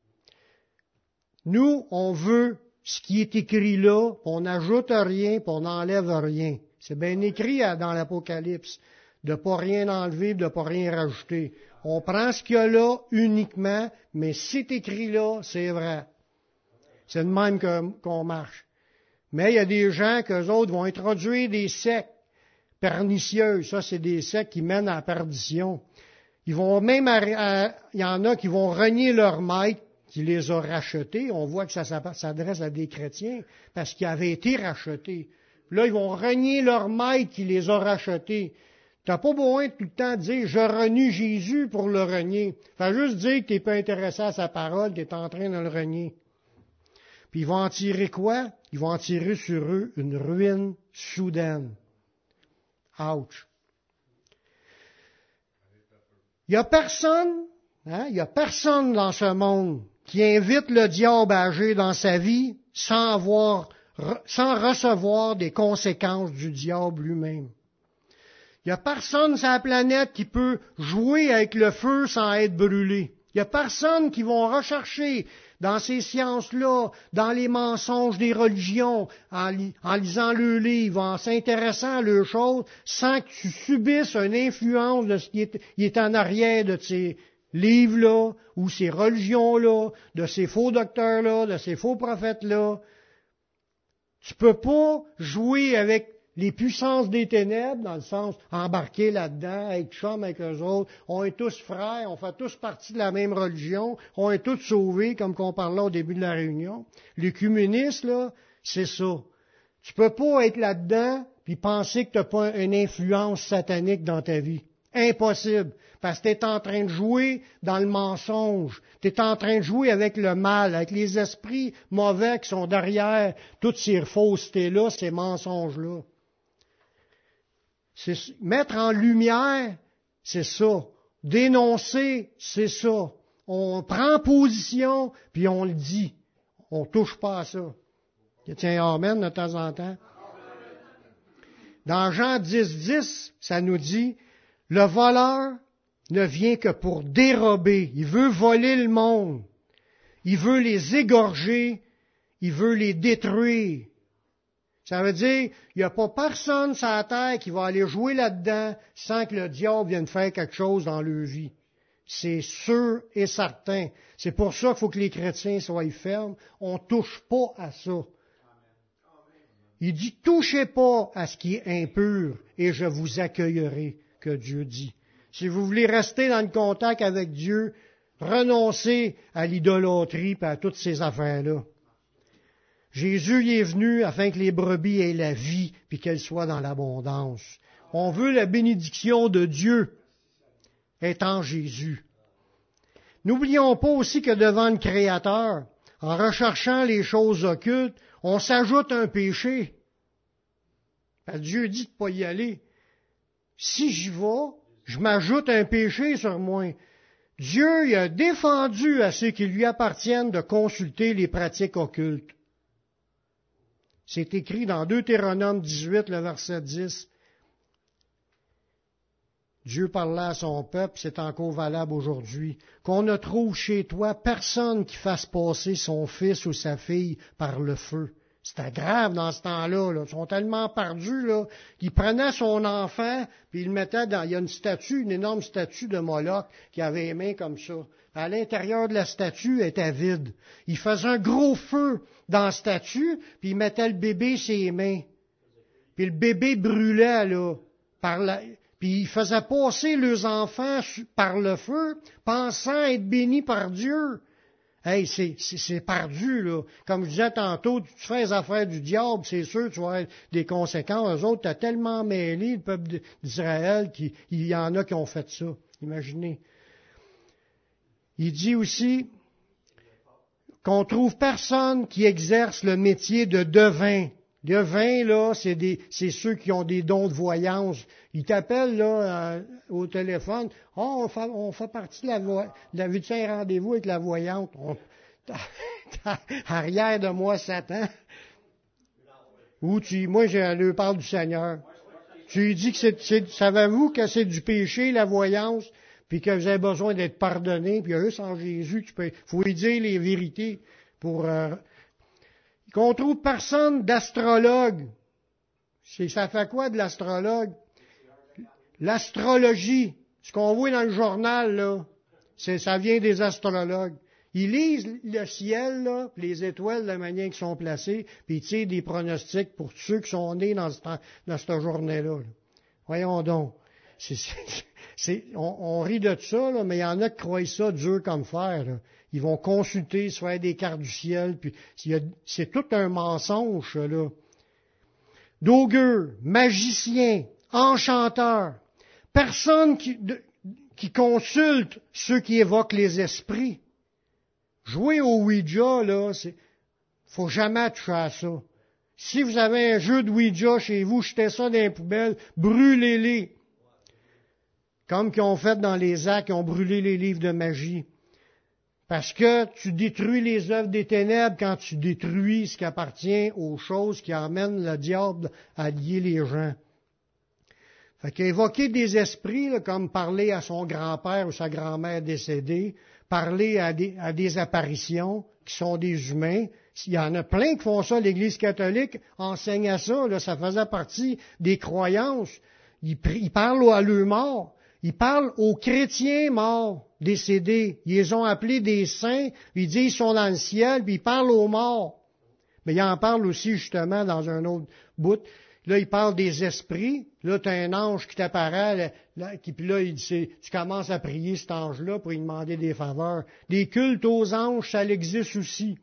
Nous, on veut ce qui est écrit là, on n'ajoute rien, puis on n'enlève rien. C'est bien écrit dans l'Apocalypse, de ne pas rien enlever, de ne pas rien rajouter. On prend ce qu'il y a là uniquement, mais c'est écrit là, c'est vrai. C'est de même qu'on marche. Mais il y a des gens qu'eux autres vont introduire des sectes pernicieuses. Ça, c'est des sectes qui mènent à la perdition. Ils vont même, il y en a qui vont renier leur maître qui les a rachetés. On voit que ça s'adresse à des chrétiens parce qu'ils avaient été rachetés. Puis là, ils vont renier leur maître qui les a rachetés. Tu n'as pas besoin tout le temps de dire « Je renie Jésus » pour le renier. Fais juste dire que tu n'es pas intéressé à sa parole, tu es en train de le renier. Puis ils vont en tirer quoi? Ils vont en tirer sur eux une ruine soudaine. Ouch! Il n'y a personne dans ce monde qui invite le diable à agir dans sa vie sans recevoir des conséquences du diable lui-même. Il n'y a personne sur la planète qui peut jouer avec le feu sans être brûlé. Il n'y a personne qui va rechercher dans ces sciences-là, dans les mensonges des religions, en lisant le livre, en s'intéressant à leurs choses, sans que tu subisses une influence de ce qui est en arrière de ces livres-là, ou ces religions-là, de ces faux docteurs-là, de ces faux prophètes-là. Tu peux pas jouer avec les puissances des ténèbres, dans le sens embarquer là-dedans, être chum avec eux autres. On est tous frères, on fait tous partie de la même religion, on est tous sauvés, comme qu'on parlait au début de la réunion. L'œcuménisme, là, c'est ça. Tu peux pas être là-dedans puis penser que tu n'as pas une influence satanique dans ta vie. Impossible. Parce que tu es en train de jouer dans le mensonge. Tu es en train de jouer avec le mal, avec les esprits mauvais qui sont derrière toutes ces faussetés-là, ces mensonges-là. Mettre en lumière, c'est ça. Dénoncer, c'est ça. On prend position, puis on le dit. On touche pas à ça. Tiens, amen de temps en temps. Dans Jean 10, ça nous dit, le voleur ne vient que pour dérober. Il veut voler le monde. Il veut les égorger. Il veut les détruire. Ça veut dire, il n'y a pas personne sur la terre qui va aller jouer là-dedans sans que le diable vienne faire quelque chose dans leur vie. C'est sûr et certain. C'est pour ça qu'il faut que les chrétiens soient fermes. On ne touche pas à ça. Il dit, touchez pas à ce qui est impur et je vous accueillerai, que Dieu dit. Si vous voulez rester dans le contact avec Dieu, renoncez à l'idolâtrie et à toutes ces affaires-là. Jésus y est venu afin que les brebis aient la vie puis qu'elles soient dans l'abondance. On veut la bénédiction de Dieu étant Jésus. N'oublions pas aussi que devant le Créateur, en recherchant les choses occultes, on s'ajoute un péché. Parce que Dieu dit de ne pas y aller. Si j'y vais, je m'ajoute un péché sur moi. Dieu il a défendu à ceux qui lui appartiennent de consulter les pratiques occultes. C'est écrit dans Deutéronome 18, le verset 10. Dieu parlait à son peuple, c'est encore valable aujourd'hui. Qu'on ne trouve chez toi personne qui fasse passer son fils ou sa fille par le feu. C'était grave dans ce temps-là. Ils sont tellement perdus là, qu'ils prenaient son enfant, puis ils le mettaient dans... Il y a une statue, une énorme statue de Moloch qui avait les mains comme ça. À l'intérieur de la statue, elle était vide. Ils faisaient un gros feu dans la statue, puis ils mettaient le bébé ses mains. Puis le bébé brûlait, là, Puis ils faisaient passer leurs enfants par le feu, pensant être bénis par Dieu. Hey, c'est perdu, là. Comme je disais tantôt, tu fais les affaires du diable, c'est sûr, tu vas avoir des conséquences. Eux autres, t'as tellement mêlé le peuple d'Israël qu'il y en a qui ont fait ça. Imaginez. Il dit aussi qu'on trouve personne qui exerce le métier de devin. Devin, là, c'est ceux qui ont des dons de voyance. Ils t'appellent, là, au téléphone. Oh, on fait partie de la vue de un rendez-vous avec la voyante. Arrière de moi, Satan. Ou moi, je leur parle du Seigneur. Tu lui dis que savez-vous que c'est du péché, la voyance, puis que vous avez besoin d'être pardonné, puis juste en Jésus, faut lui dire les vérités pour, qu'on trouve personne d'astrologue. Ça fait quoi de l'astrologue? L'astrologie, ce qu'on voit dans le journal, là, ça vient des astrologues. Ils lisent le ciel, là, les étoiles, de la manière qu'ils sont placées, puis ils tirent des pronostics pour ceux qui sont nés dans cette journée-là. Là. Voyons donc. On rit de ça, là, mais il y en a qui croient ça dur comme fer. Là. Ils vont consulter, se faire des cartes du ciel, puis c'est tout un mensonge, là. D'augure, magicien, enchanteur, personne qui consulte ceux qui évoquent les esprits. Jouer au Ouija, là, faut jamais toucher à ça. Si vous avez un jeu de Ouija chez vous, jetez ça dans les poubelles, brûlez-les. Comme qu'ils ont fait dans les actes, ils ont brûlé les livres de magie. Parce que tu détruis les œuvres des ténèbres quand tu détruis ce qui appartient aux choses qui amènent le diable à lier les gens. Fait qu'évoquer des esprits, là, comme parler à son grand-père ou sa grand-mère décédée, parler à des apparitions qui sont des humains. Il y en a plein qui font ça. L'Église catholique enseigne à ça. Là, ça faisait partie des croyances. Ils parlent à leurs morts. Ils parlent aux chrétiens morts, décédés. Ils les ont appelés des saints. Ils disent qu'ils sont dans le ciel, puis ils parlent aux morts. Mais ils en parlent aussi, justement, dans un autre bout. Là, il parle des esprits. Là, tu as un ange qui t'apparaît. Puis là, il dit, tu commences à prier cet ange-là pour lui demander des faveurs. Des cultes aux anges, ça existe aussi.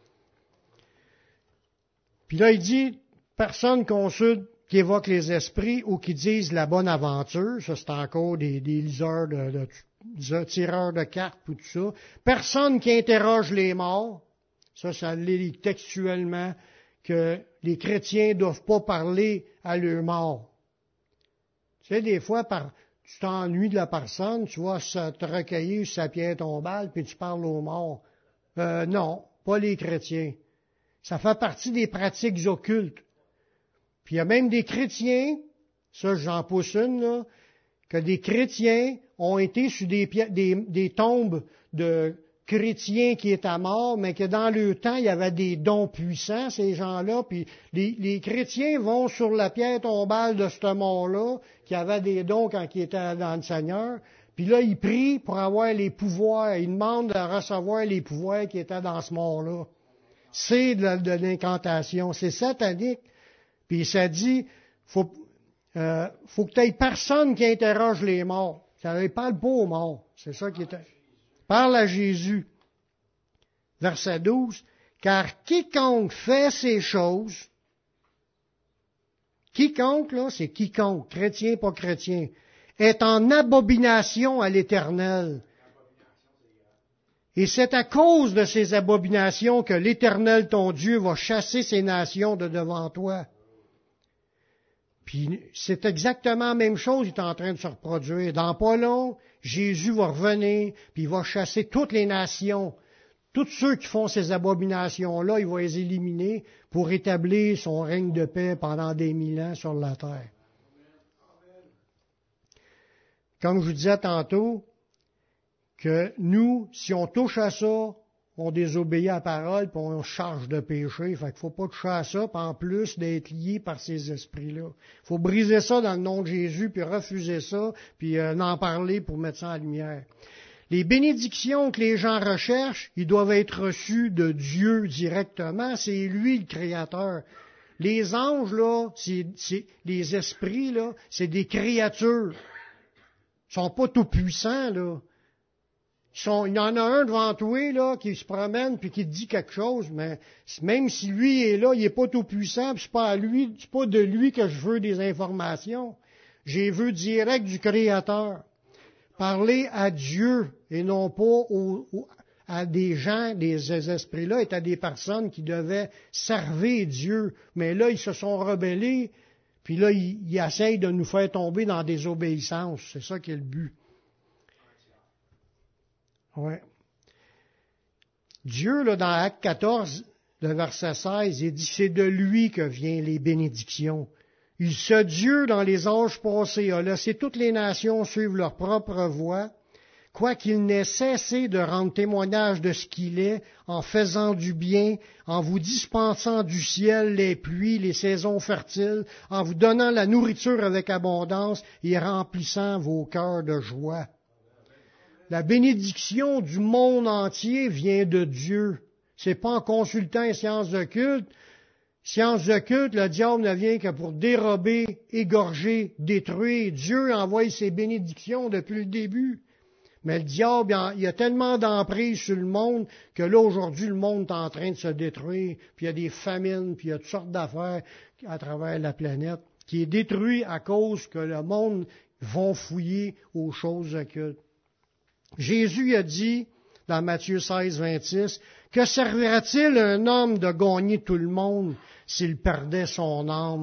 Puis là, il dit, personne consulte qui évoque les esprits ou qui disent la bonne aventure. Ça, c'est encore des liseurs, des tireurs de cartes, tout ça. Personne qui interroge les morts. Ça lit textuellement que les chrétiens ne doivent pas parler à leurs morts. Tu sais, des fois, tu t'ennuies de la personne, tu vas te recueillir sur sa pierre tombale, puis tu parles aux morts. Non, pas les chrétiens. Ça fait partie des pratiques occultes. Puis il y a même des chrétiens, ça j'en pousse une, là, que des chrétiens ont été sur des tombes de chrétiens qui étaient morts, mais que dans le temps, il y avait des dons puissants, ces gens-là, puis les chrétiens vont sur la pierre tombale de ce mort-là, qui avait des dons quand ils étaient dans le Seigneur, puis là, ils prient pour avoir les pouvoirs, ils demandent de recevoir les pouvoirs qui étaient dans ce mort-là. C'est de l'incantation, c'est satanique. Puis ça dit, faut que tu aies personne qui interroge les morts. Ça ne parle pas aux morts. C'est ça qui est... Parle à Jésus. Verset 12. Car quiconque fait ces choses, quiconque, là, c'est quiconque, chrétien, pas chrétien, est en abomination à l'Éternel. Et c'est à cause de ces abominations que l'Éternel, ton Dieu, va chasser ces nations de devant toi. Puis c'est exactement la même chose qui est en train de se reproduire. Dans pas long, Jésus va revenir, puis il va chasser toutes les nations. Tous ceux qui font ces abominations-là, il va les éliminer pour établir son règne de paix pendant des 1000 ans sur la terre. Comme je vous disais tantôt, que nous, si on touche à ça, on désobéit à la parole, puis on charge de péché. Fait qu'il faut pas toucher à ça, puis en plus d'être lié par ces esprits-là. Il faut briser ça dans le nom de Jésus, puis refuser ça, puis en parler pour mettre ça en lumière. Les bénédictions que les gens recherchent, ils doivent être reçues de Dieu directement. C'est lui le Créateur. Les anges, là, les esprits, là, c'est des créatures. Ils sont pas tout puissants, là. Il y en a un devant toi, là, qui se promène puis qui te dit quelque chose, mais même si lui est là, il est pas tout puissant, puis c'est pas de lui que je veux des informations. J'ai vu direct du Créateur. Parler à Dieu et non pas à des gens, des esprits-là, et à des personnes qui devaient servir Dieu. Mais là, ils se sont rebellés, puis là, ils essayent de nous faire tomber dans la désobéissance. C'est ça qui est le but. Ouais. Dieu, là, dans Acte 14, le verset 16, il dit, c'est de lui que viennent les bénédictions. Ce Dieu, dans les âges passés, a laissé toutes les nations suivre leur propre voie, quoiqu'il n'ait cessé de rendre témoignage de ce qu'il est, en faisant du bien, en vous dispensant du ciel les pluies, les saisons fertiles, en vous donnant la nourriture avec abondance et remplissant vos cœurs de joie. La bénédiction du monde entier vient de Dieu. C'est pas en consultant les sciences de culte. Sciences de culte, le diable ne vient que pour dérober, égorger, détruire. Dieu envoie ses bénédictions depuis le début. Mais le diable, il y a tellement d'emprise sur le monde que là, aujourd'hui, le monde est en train de se détruire. Puis il y a des famines, puis il y a toutes sortes d'affaires à travers la planète qui est détruit à cause que le monde va fouiller aux choses de culte. Jésus a dit, dans Matthieu 16, 26, « Que servira-t-il à un homme de gagner tout le monde s'il perdait son âme? »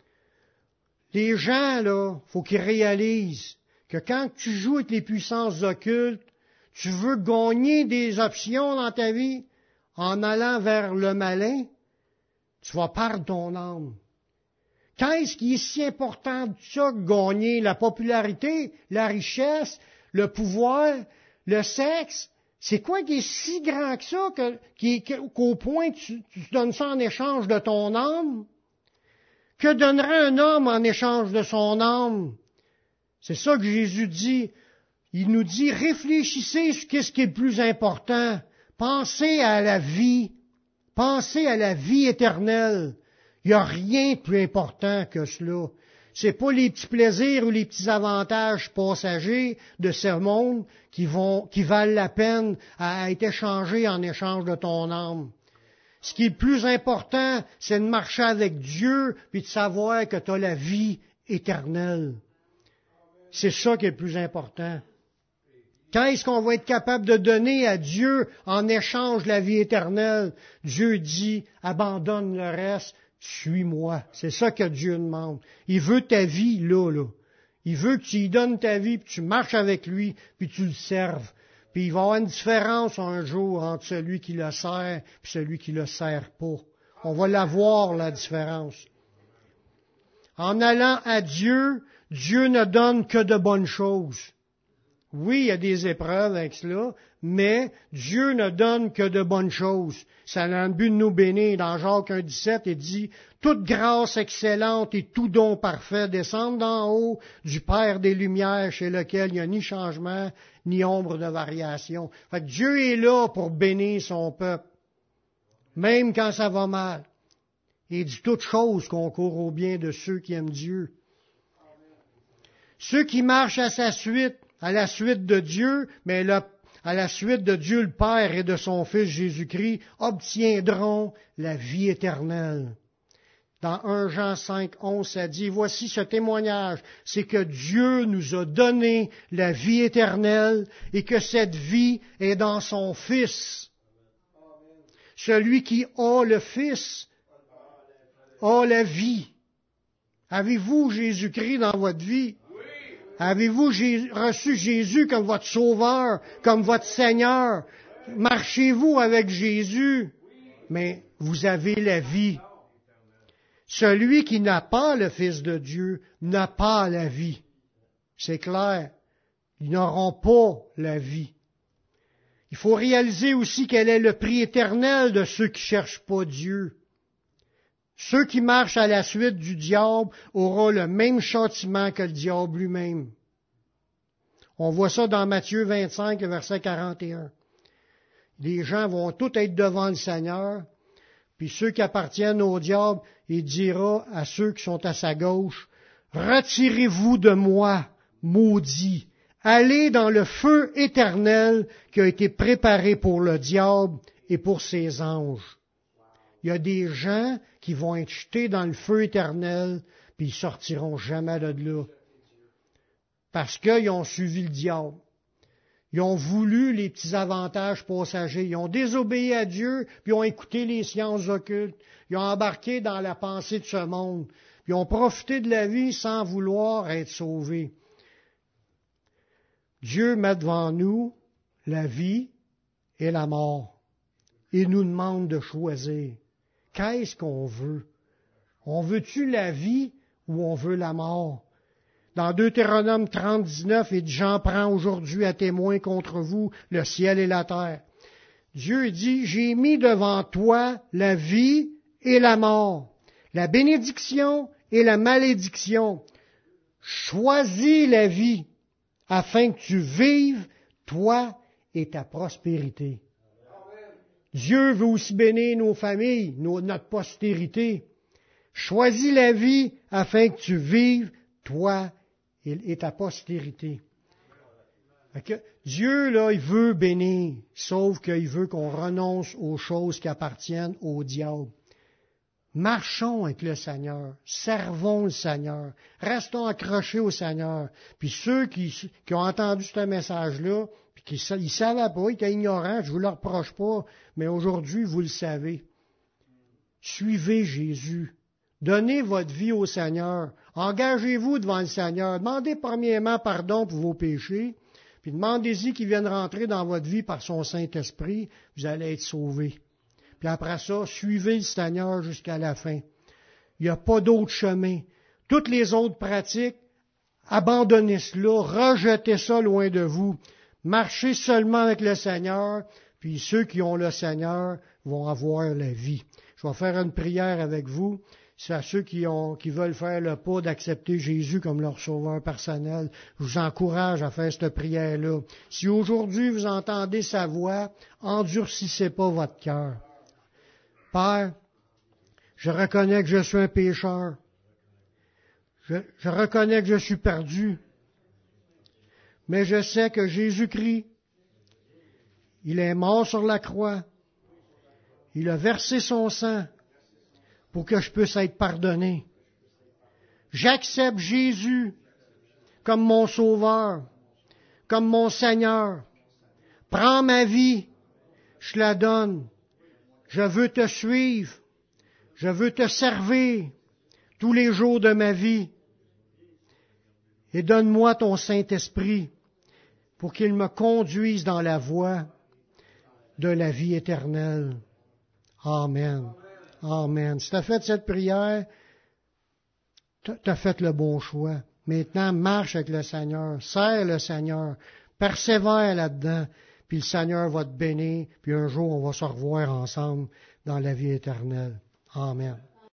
Les gens, là, faut qu'ils réalisent que quand tu joues avec les puissances occultes, tu veux gagner des options dans ta vie en allant vers le malin, tu vas perdre ton âme. Qu'est-ce qui est si important de ça que gagner la popularité, la richesse, le pouvoir, le sexe? C'est quoi qui est si grand que ça qu'au point que tu donnes ça en échange de ton âme? Que donnerait un homme en échange de son âme? C'est ça que Jésus dit. Il nous dit, réfléchissez sur ce qui est le plus important. Pensez à la vie. Pensez à la vie éternelle. Il n'y a rien de plus important que cela. C'est pas les petits plaisirs ou les petits avantages passagers de ce monde qui valent la peine à être échangés en échange de ton âme. Ce qui est le plus important, c'est de marcher avec Dieu puis de savoir que tu as la vie éternelle. C'est ça qui est le plus important. Qu'est-ce qu'on va être capable de donner à Dieu en échange de la vie éternelle? Dieu dit, abandonne le reste, suis-moi. C'est ça que Dieu demande. Il veut ta vie là. Il veut que tu lui donnes ta vie, puis tu marches avec lui, puis tu le serves. Puis il va y avoir une différence un jour entre celui qui le sert et celui qui le sert pas. On va la voir, la différence. En allant à Dieu, Dieu ne donne que de bonnes choses. Oui, il y a des épreuves avec cela, mais Dieu ne donne que de bonnes choses. Ça a le but de nous bénir. Dans Jacques 1,17, il dit « Toute grâce excellente et tout don parfait descendent d'en haut du Père des Lumières, chez lequel il n'y a ni changement, ni ombre de variation. » Fait que Dieu est là pour bénir son peuple, même quand ça va mal. Il dit « Toutes choses concourent au bien de ceux qui aiment Dieu. » Ceux qui marchent à la suite de Dieu, mais à la suite de Dieu le Père et de son Fils Jésus-Christ, obtiendront la vie éternelle. Dans 1 Jean 5, 11, ça dit, « Voici ce témoignage, c'est que Dieu nous a donné la vie éternelle et que cette vie est dans son Fils. Celui qui a le Fils a la vie. » Avez-vous Jésus-Christ dans votre vie? Avez-vous reçu Jésus comme votre Sauveur, comme votre Seigneur? Marchez-vous avec Jésus? Mais vous avez la vie. Celui qui n'a pas le Fils de Dieu n'a pas la vie. C'est clair. Ils n'auront pas la vie. Il faut réaliser aussi quel est le prix éternel de ceux qui ne cherchent pas Dieu. Ceux qui marchent à la suite du diable auront le même châtiment que le diable lui-même. On voit ça dans Matthieu 25, verset 41. Les gens vont tous être devant le Seigneur, puis ceux qui appartiennent au diable, il dira à ceux qui sont à sa gauche, « Retirez-vous de moi, maudits, allez dans le feu éternel qui a été préparé pour le diable et pour ses anges. » Il y a des gens qui vont être jetés dans le feu éternel, puis ils sortiront jamais de là. Parce qu'ils ont suivi le diable. Ils ont voulu les petits avantages passagers. Ils ont désobéi à Dieu, puis ils ont écouté les sciences occultes. Ils ont embarqué dans la pensée de ce monde. Puis ils ont profité de la vie sans vouloir être sauvés. Dieu met devant nous la vie et la mort. Il nous demande de choisir. Qu'est-ce qu'on veut? On veut-tu la vie ou on veut la mort? Dans Deutéronome 30, 19, il dit, « J'en prends aujourd'hui à témoin contre vous le ciel et la terre. » Dieu dit, « J'ai mis devant toi la vie et la mort, la bénédiction et la malédiction. Choisis la vie afin que tu vives, toi et ta prospérité. » Dieu veut aussi bénir nos familles, notre postérité. Choisis la vie afin que tu vives, toi et ta postérité. Dieu, là, il veut bénir, sauf qu'il veut qu'on renonce aux choses qui appartiennent au diable. Marchons avec le Seigneur, servons le Seigneur, restons accrochés au Seigneur. Puis ceux qui ont entendu ce message-là, puis ils ne savaient pas, ils étaient ignorants, je ne vous le reproche pas, mais aujourd'hui, vous le savez. Suivez Jésus. Donnez votre vie au Seigneur. Engagez-vous devant le Seigneur. Demandez premièrement pardon pour vos péchés, puis demandez-y qu'il vienne rentrer dans votre vie par son Saint-Esprit. Vous allez être sauvés. Puis après ça, suivez le Seigneur jusqu'à la fin. Il n'y a pas d'autre chemin. Toutes les autres pratiques, abandonnez cela, rejetez ça loin de vous. Marchez seulement avec le Seigneur, puis ceux qui ont le Seigneur vont avoir la vie. Je vais faire une prière avec vous. C'est à ceux qui veulent faire le pas d'accepter Jésus comme leur sauveur personnel. Je vous encourage à faire cette prière-là. Si aujourd'hui vous entendez sa voix, endurcissez pas votre cœur. Père, je reconnais que je suis un pécheur. Je reconnais que je suis perdu. Mais je sais que Jésus-Christ, il est mort sur la croix. Il a versé son sang pour que je puisse être pardonné. J'accepte Jésus comme mon Sauveur, comme mon Seigneur. Prends ma vie, je la donne. Je veux te suivre. Je veux te servir tous les jours de ma vie. Et donne-moi ton Saint-Esprit pour qu'il me conduise dans la voie de la vie éternelle. Amen. Amen. Si tu as fait cette prière, tu as fait le bon choix. Maintenant, marche avec le Seigneur, sers le Seigneur, persévère là-dedans, puis le Seigneur va te bénir, puis un jour on va se revoir ensemble dans la vie éternelle. Amen.